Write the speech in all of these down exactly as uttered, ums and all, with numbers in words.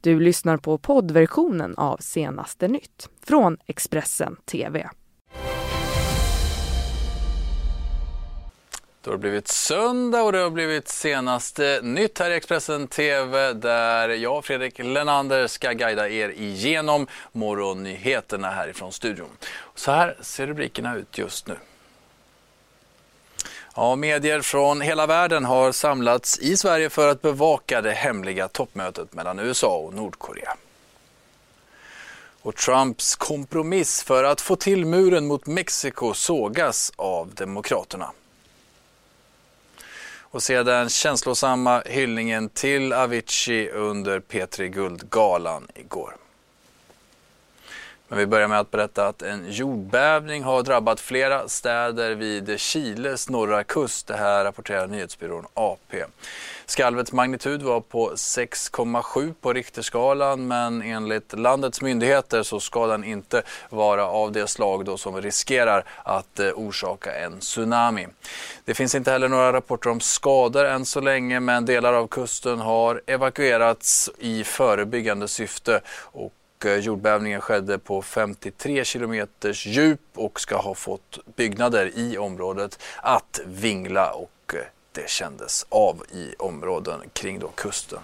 Du lyssnar på poddversionen av Senaste nytt från Expressen T V. Det har blivit söndag och det har blivit Senaste nytt här i Expressen T V där jag, Fredrik Lennander, ska guida er igenom morgonnyheterna härifrån studion. Så här ser rubrikerna ut just nu. Ja, medier från hela världen har samlats i Sverige för att bevaka det hemliga toppmötet mellan U S A och Nordkorea. Och Trumps kompromiss för att få till muren mot Mexiko sågas av demokraterna. Och se den känslosamma hyllningen till Avicii under P tre Guldgalan igår. Men vi börjar med att berätta att en jordbävning har drabbat flera städer vid Chiles norra kust. Det här rapporterar nyhetsbyrån A P. Skalvets magnitud var på sex komma sju på Richterskalan, men enligt landets myndigheter så ska den inte vara av det slag då som riskerar att orsaka en tsunami. Det finns inte heller några rapporter om skador än så länge, men delar av kusten har evakuerats i förebyggande syfte och jordbävningen skedde på femtiotre kilometers djup och ska ha fått byggnader i området att vingla, och det kändes av i områden kring då kusten.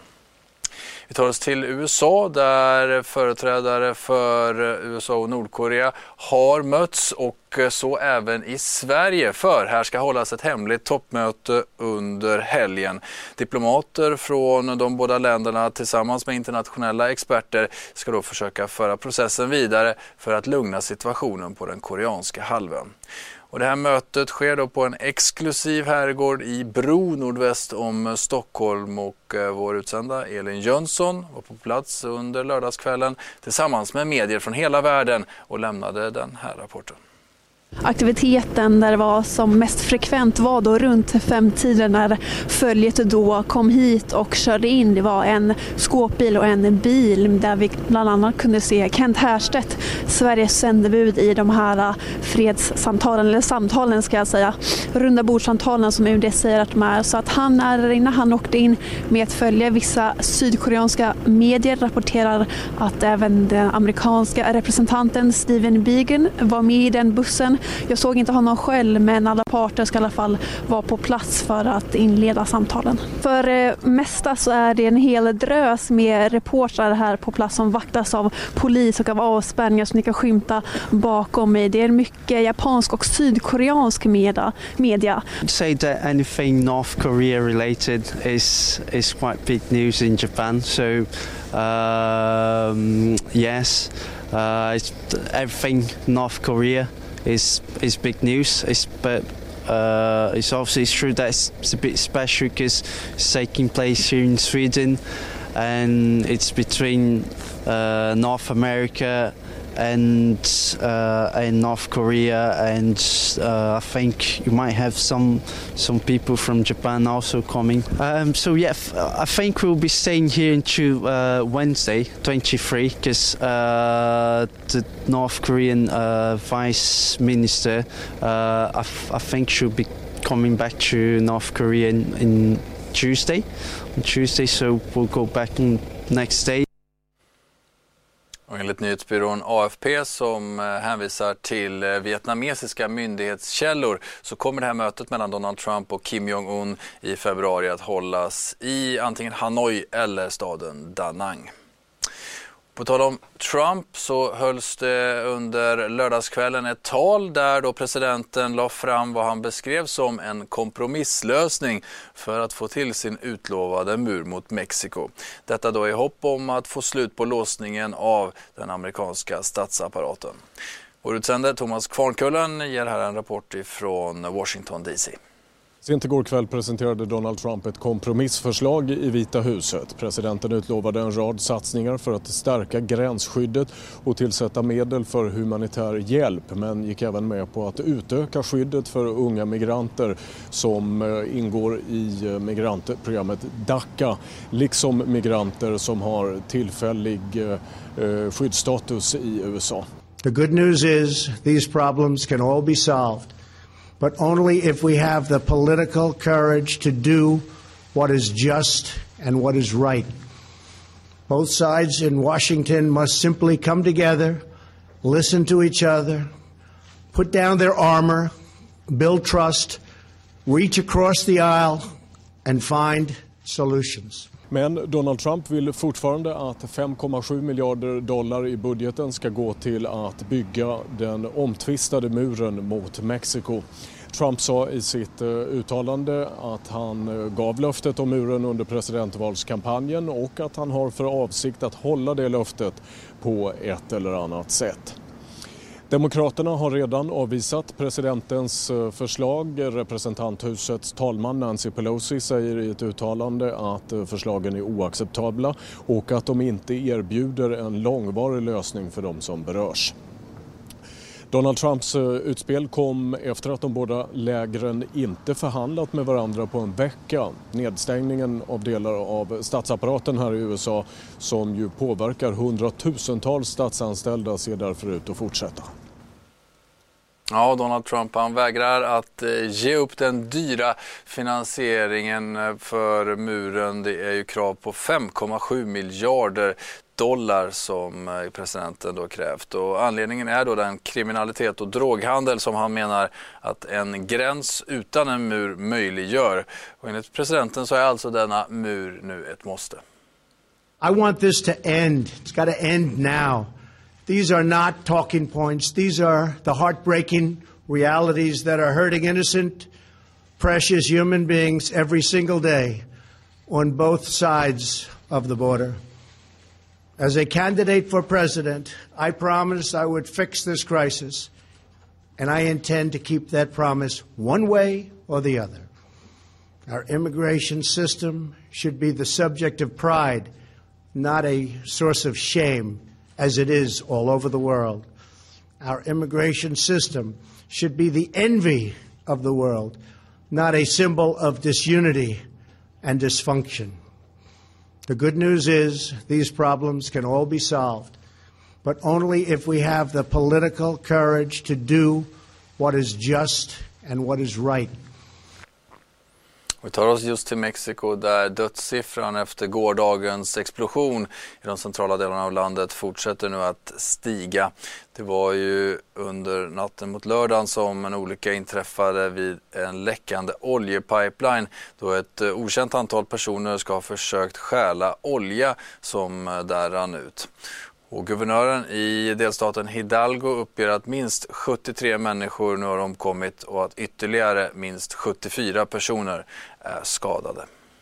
Vi tar oss till U S A där företrädare för U S A och Nordkorea har mötts, och så även i Sverige, för här ska hållas ett hemligt toppmöte under helgen. Diplomater från de båda länderna tillsammans med internationella experter ska då försöka föra processen vidare för att lugna situationen på den koreanska halvön. Och det här mötet sker då på en exklusiv herrgård i Bro nordväst om Stockholm, och vår utsända Elin Jönsson var på plats under lördagskvällen tillsammans med medier från hela världen och lämnade den här rapporten. Aktiviteten där det var som mest frekvent var då runt femtiden när följet då kom hit och körde in. Det var en skåpbil och en bil där vi bland annat kunde se Kent Härstedt, Sveriges sändebud i de här fredssamtalen, eller samtalen ska jag säga, runda bordssamtalen som U D säger att de är. Så att han är där inne, han åkte in med att följa. Vissa sydkoreanska medier rapporterar att även den amerikanska representanten Stephen Biegun var med i den bussen. Jag såg inte honom själv, men alla parter ska i alla fall vara på plats för att inleda samtalen. För det mesta så är det en hel drös med reportrar här på plats som vaktas av polis och av avspärrningar som ni kan skymta bakom mig. Det är mycket japansk och sydkoreansk media. media. I'd say that anything North Korea related is is quite big news in Japan. So um, yes, uh, it's, everything North Korea is is big news. It's, but uh, it's obviously it's true that it's, it's a bit special because it's taking place here in Sweden, and it's between uh, North America and uh, and North Korea, and uh, I think you might have some some people from Japan also coming. Um, so yeah, f- I think we'll be staying here until uh, Wednesday, twenty-three, because uh, the North Korean uh, Vice Minister, uh, I, f- I think she'll be coming back to North Korea in, in Tuesday. On Tuesday, so we'll go back on next day. Och enligt nyhetsbyrån A F P som hänvisar till vietnamesiska myndighetskällor så kommer det här mötet mellan Donald Trump och Kim Jong-un i februari att hållas i antingen Hanoi eller staden Da Nang. På tal om Trump så hölls det under lördagskvällen ett tal där då presidenten la fram vad han beskrev som en kompromisslösning för att få till sin utlovade mur mot Mexiko. Detta då i hopp om att få slut på låsningen av den amerikanska statsapparaten. Vår utsände Thomas Kvarnkullen ger här en rapport ifrån Washington D C. Sent igår kväll presenterade Donald Trump ett kompromissförslag i Vita huset. Presidenten utlovade en rad satsningar för att stärka gränsskyddet och tillsätta medel för humanitär hjälp, men gick även med på att utöka skyddet för unga migranter som ingår i migrantprogrammet DACA, liksom migranter som har tillfällig skyddsstatus i U S A. The good news is these problems can all be solved. But only if we have the political courage to do what is just and what is right. Both sides in Washington must simply come together, listen to each other, put down their armor, build trust, reach across the aisle and find solutions. Men Donald Trump vill fortfarande att fem komma sju miljarder dollar i budgeten ska gå till att bygga den omtvistade muren mot Mexiko. Trump sa i sitt uttalande att han gav löftet om muren under presidentvalskampanjen och att han har för avsikt att hålla det löftet på ett eller annat sätt. Demokraterna har redan avvisat presidentens förslag. Representanthusets talman Nancy Pelosi säger i ett uttalande att förslagen är oacceptabla och att de inte erbjuder en långvarig lösning för de som berörs. Donald Trumps utspel kom efter att de båda lägren inte förhandlat med varandra på en vecka. Nedstängningen av delar av statsapparaten här i U S A som ju påverkar hundratusentals statsanställda ser därför ut att fortsätta. Ja, Donald Trump han vägrar att ge upp den dyra finansieringen för muren. Det är ju krav på fem komma sju miljarder dollar som presidenten då krävt. Och anledningen är då den kriminalitet och droghandel som han menar att en gräns utan en mur möjliggör. Och enligt presidenten så är alltså denna mur nu ett måste. I want this to end. It's got to end now. These are not talking points. These are the heartbreaking realities that are hurting innocent, precious human beings every single day on both sides of the border. As a candidate for president, I promised I would fix this crisis, and I intend to keep that promise one way or the other. Our immigration system should be the subject of pride, not a source of shame, as it is all over the world. Our immigration system should be the envy of the world, not a symbol of disunity and dysfunction. The good news is these problems can all be solved, but only if we have the political courage to do what is just and what is right. Vi tar oss just till Mexiko där dödssiffran efter gårdagens explosion i de centrala delarna av landet fortsätter nu att stiga. Det var ju under natten mot lördagen som en olycka inträffade vid en läckande oljepipeline då ett okänt antal personer ska ha försökt stjäla olja som där rann ut. Och guvernören i delstaten Hidalgo uppger att minst sjuttiotre människor nu har omkommit och att ytterligare minst sjuttiofyra personer är skadade.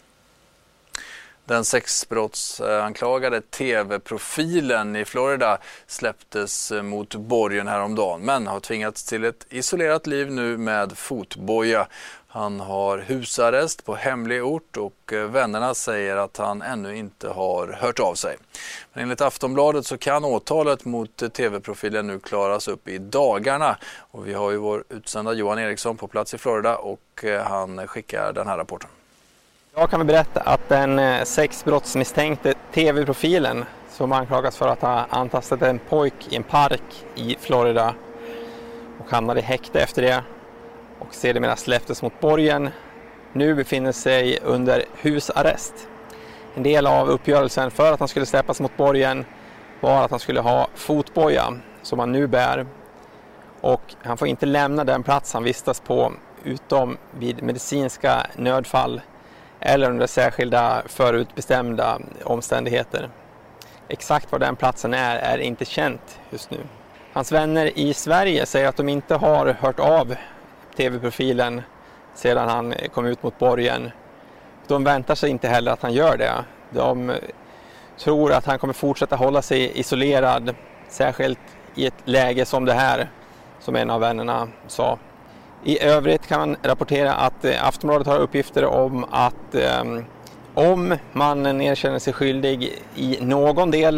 Den sexbrottsanklagade tv-profilen i Florida släpptes mot borgen häromdagen men har tvingats till ett isolerat liv nu med fotboja. Han har husarrest på hemlig ort och vännerna säger att han ännu inte har hört av sig. Men enligt Aftonbladet så kan åtalet mot tv-profilen nu klaras upp i dagarna. Och vi har ju vår utsända Johan Eriksson på plats i Florida och han skickar den här rapporten. Jag kan berätta att den sexbrottsmisstänkte tv-profilen som anklagas för att ha antastat en pojk i en park i Florida och hamnade i häkte efter det och sedermera släpptes mot borgen, nu befinner sig under husarrest. En del av uppgörelsen för att han skulle släppas mot borgen var att han skulle ha fotboja som han nu bär. Och han får inte lämna den plats han vistas på utom vid medicinska nödfall eller under särskilda förutbestämda omständigheter. Exakt var den platsen är är inte känt just nu. Hans vänner i Sverige säger att de inte har hört av tv-profilen sedan han kom ut mot borgen. De väntar sig inte heller att han gör det. De tror att han kommer fortsätta hålla sig isolerad, särskilt i ett läge som det här, som en av vännerna sa. I övrigt kan man rapportera att Aftonbladet har uppgifter om att eh, om mannen erkänner sig skyldig i någon del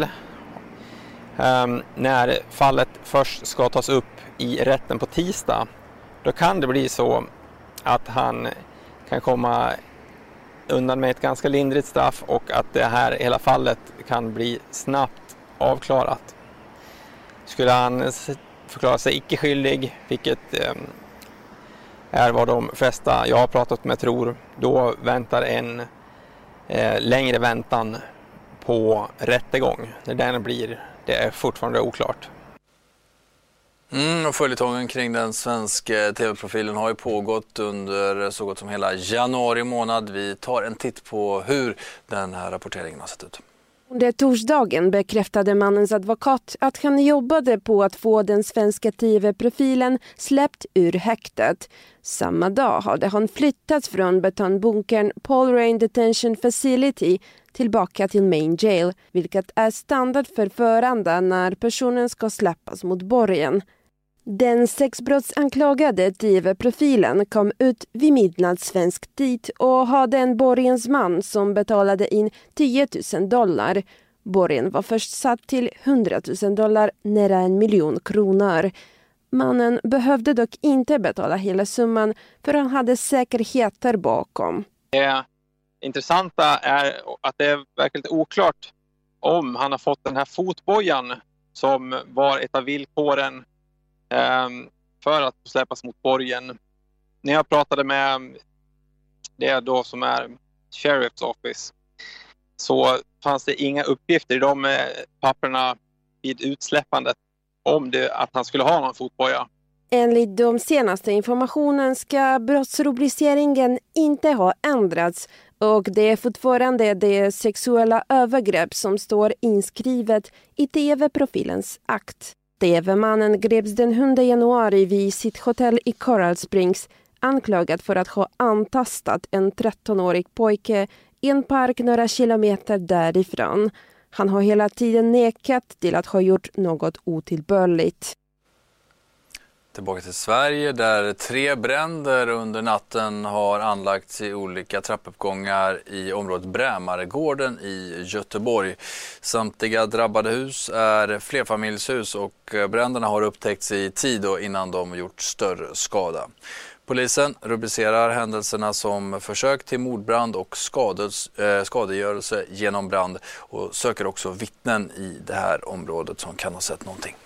eh, när fallet först ska tas upp i rätten på tisdag, då kan det bli så att han kan komma undan med ett ganska lindrigt straff och att det här hela fallet kan bli snabbt avklarat. Skulle han förklara sig icke skyldig, vilket eh, är vad de flesta jag har pratat med tror, då väntar en eh, längre väntan på rättegång. När den blir, det är fortfarande oklart. Mm, och följetongen kring den svenska tv-profilen har ju pågått under så gott som hela januari månad. Vi tar en titt på hur den här rapporteringen har sett ut. Under torsdagen bekräftade mannens advokat att han jobbade på att få den svenska tv-profilen släppt ur häktet. Samma dag hade han flyttats från betongbunkern Paul Rain Detention Facility tillbaka till Main Jail, vilket är standardförfarande när personen ska släppas mot borgen. Den sexbrottsanklagade tv-profilen kom ut vid midnatt svensk tid och hade en borgensman som betalade in tio tusen dollar. Borgen var först satt till hundra tusen dollar, nära en miljon kronor. Mannen behövde dock inte betala hela summan för han hade säkerheter bakom. Det intressanta är att det verkar lite oklart om han har fått den här fotbojan som var ett av villkoren för att släppas mot borgen. När jag pratade med det då som är Sheriff's Office så fanns det inga uppgifter i de papperna vid utsläppandet om det, att han skulle ha någon fotboja. Enligt de senaste informationen ska brottsrubriceringen inte ha ändrats och det är fortfarande det sexuella övergrepp som står inskrivet i tv-profilens akt. T V-mannen greps den sjunde januari vid sitt hotell i Coral Springs anklagad för att ha antastat en trettonårig pojke i en park några kilometer därifrån. Han har hela tiden nekat till att ha gjort något otillbörligt. Tillbaka till Sverige där tre bränder under natten har anlagts i olika trappuppgångar i området Brämaregården i Göteborg. Samtliga drabbade hus är flerfamiljshus och bränderna har upptäckts i tid och innan de gjort större skada. Polisen rubricerar händelserna som försök till mordbrand och skadels, eh, skadegörelse genom brand och söker också vittnen i det här området som kan ha sett någonting.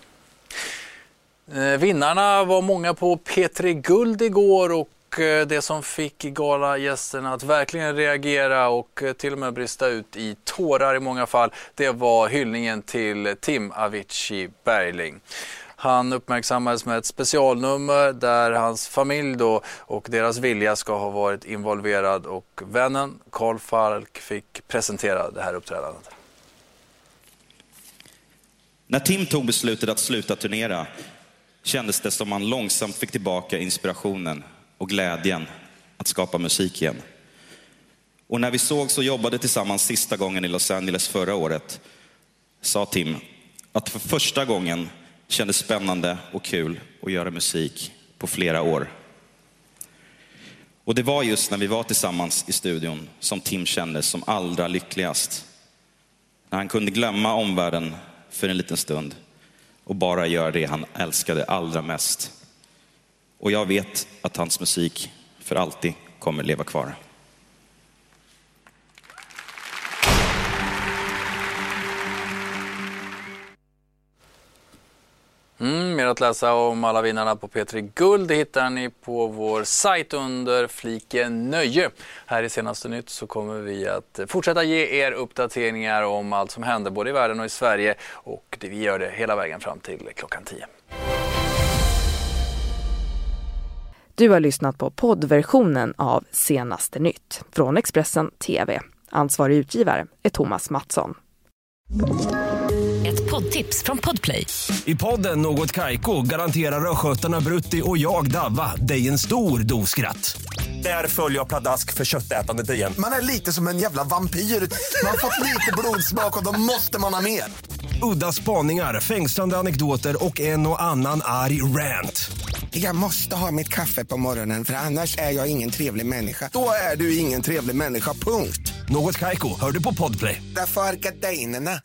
Vinnarna var många på P tre Guld igår och det som fick galagästerna att verkligen reagera och till och med brista ut i tårar i många fall, det var hyllningen till Tim Avicii Bergling. Han uppmärksammades med ett specialnummer där hans familj då och deras vilja ska ha varit involverad och vännen Carl Falk fick presentera det här uppträdandet. När Tim tog beslutet att sluta turnera kändes det som man långsamt fick tillbaka inspirationen och glädjen att skapa musik igen. Och när vi såg så jobbade tillsammans sista gången i Los Angeles förra året sa Tim att för första gången kändes spännande och kul att göra musik på flera år. Och det var just när vi var tillsammans i studion som Tim kändes som allra lyckligast. När han kunde glömma omvärlden för en liten stund och bara göra det han älskade allra mest. Och jag vet att hans musik för alltid kommer leva kvar. Mm, mer att läsa om alla vinnarna på P tre Guld, det hittar ni på vår sajt under fliken nöje. Här i Senaste Nytt så kommer vi att fortsätta ge er uppdateringar om allt som händer både i världen och i Sverige, och det vi gör det hela vägen fram till klockan tio. Du har lyssnat på poddversionen av Senaste Nytt från Expressen T V. Ansvarig utgivare är Thomas Mattsson. Ett poddtips från Podplay. I podden Något Kaiko garanterar röskötarna Brutti och jag Davva dig en stor doskratt. Där följer jag pladask för köttätandet igen. Man är lite som en jävla vampyr. Man har fått lite blodsmak och då måste man ha mer. Udda spaningar, fängslande anekdoter och en och annan arg rant. Jag måste ha mitt kaffe på morgonen för annars är jag ingen trevlig människa. Då är du ingen trevlig människa, punkt. Något Kaiko, hör du på Podplay. Därför är gardinerna.